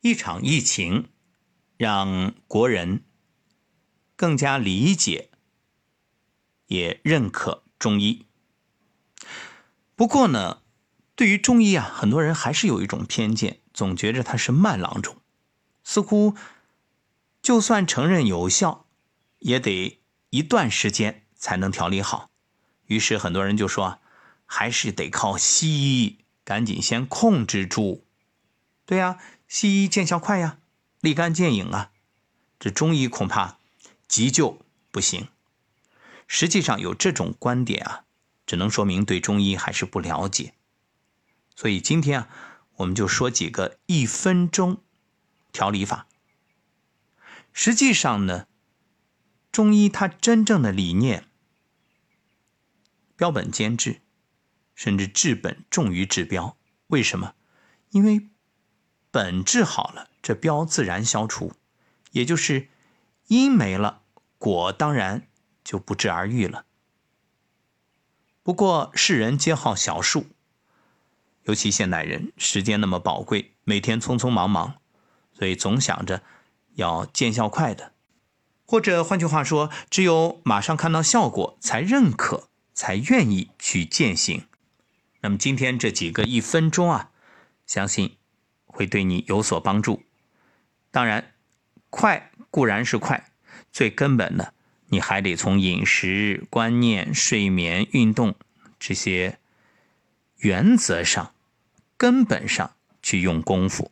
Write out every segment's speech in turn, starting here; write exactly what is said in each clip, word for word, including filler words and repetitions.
一场疫情让国人更加理解也认可中医。不过呢，对于中医啊，很多人还是有一种偏见，总觉着它是慢郎中，似乎就算承认有效，也得一段时间才能调理好。于是很多人就说，还是得靠西医，赶紧先控制住。对呀，西医见效快呀，立竿见影啊，这中医恐怕急救不行。实际上有这种观点啊，只能说明对中医还是不了解。所以今天啊，我们就说几个一分钟调理法。实际上呢，中医它真正的理念标本兼治，甚至治本重于治标。为什么？因为本治好了，这标自然消除，也就是因没了，果当然就不治而愈了。不过世人皆好小术，尤其现代人时间那么宝贵，每天匆匆忙忙，所以总想着要见效快的，或者换句话说，只有马上看到效果才认可，才愿意去践行。那么今天这几个一分钟啊，相信会对你有所帮助。当然快固然是快，最根本的你还得从饮食、观念、睡眠、运动这些原则上、根本上去用功夫。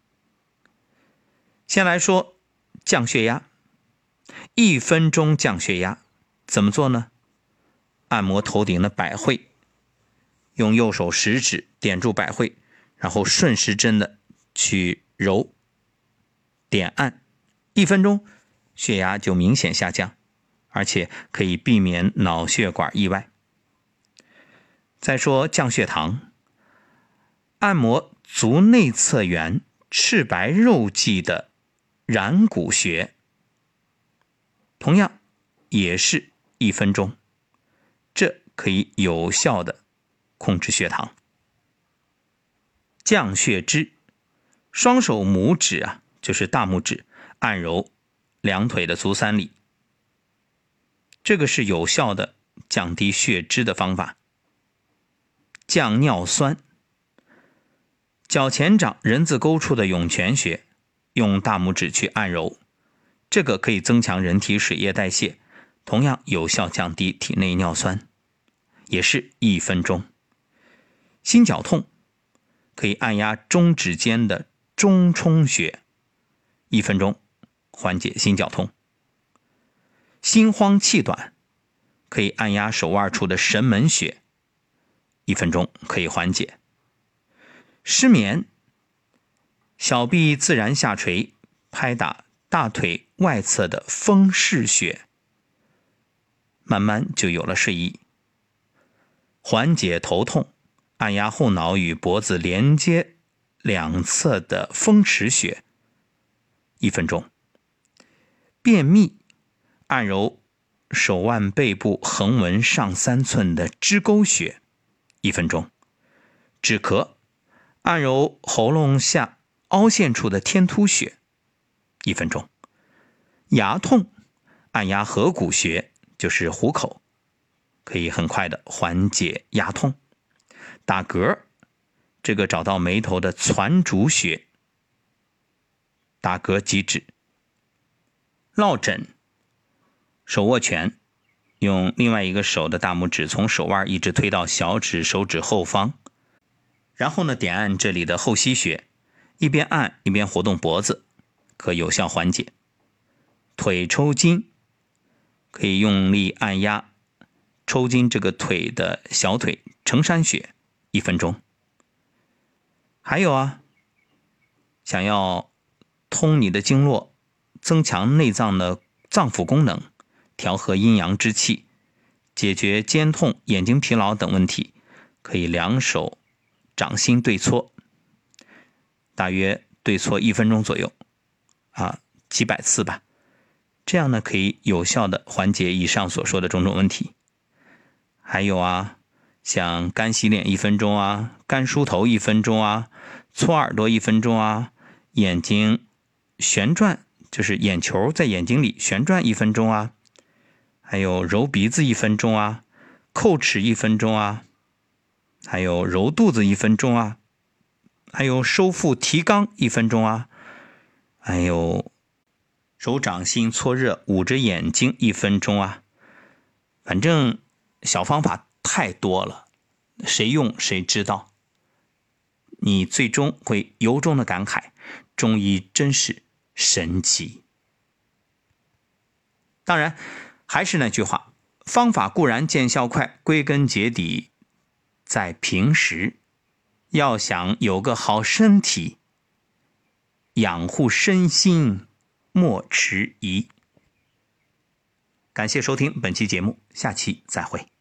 先来说降血压，一分钟降血压怎么做呢？按摩头顶的百会，用右手食指点住百会，然后顺时针的去揉点按，一分钟血压就明显下降，而且可以避免脑血管意外。再说降血糖，按摩足内侧缘赤白肉际的然谷穴，同样也是一分钟，这可以有效的控制血糖。降血脂，双手拇指啊，就是大拇指按揉两腿的足三里，这个是有效的降低血脂的方法。降尿酸，脚前掌人字沟处的涌泉穴，用大拇指去按揉，这个可以增强人体水液代谢，同样有效降低体内尿酸，也是一分钟。心绞痛，可以按压中指间的中冲穴，一分钟缓解心绞痛。心慌气短，可以按压手腕处的神门穴，一分钟可以缓解。失眠，小臂自然下垂，拍打大腿外侧的风市穴，慢慢就有了睡意。缓解头痛，按压后脑与脖子连接两侧的风池穴，一分钟。便秘，按揉手腕背部横纹上三寸的支沟穴，一分钟。止咳，按揉喉咙下凹陷处的天突穴，一分钟。牙痛，按压合谷穴，就是虎口，可以很快的缓解牙痛。打嗝，这个找到眉头的攒竹穴，打嗝即止。落枕，手握拳，用另外一个手的大拇指从手腕一直推到小指手指后方，然后呢点按这里的后溪穴，一边按一边活动脖子，可有效缓解。腿抽筋，可以用力按压抽筋这个腿的小腿承山穴，一分钟。还有啊，想要通你的经络，增强内脏的脏腑功能，调和阴阳之气，解决肩痛、眼睛疲劳等问题，可以两手掌心对搓，大约对搓一分钟左右啊，几百次吧。这样呢，可以有效的缓解以上所说的种种问题。还有啊，像干洗脸一分钟啊，干梳头一分钟啊，搓耳朵一分钟啊， 眼睛旋转，就是眼球在眼睛里旋转一分钟啊，还有揉鼻子一分钟啊，叩齿一分钟啊，还有揉肚子一分钟啊，还有收腹提肛一分钟啊，还有揉掌心搓热捂着眼睛一分钟啊。反正小方法太多了，谁用谁知道。你最终会由衷的感慨，中医真是神奇。当然还是那句话，方法固然见效快，归根结底在平时。要想有个好身体，养护身心莫迟疑。感谢收听本期节目，下期再会。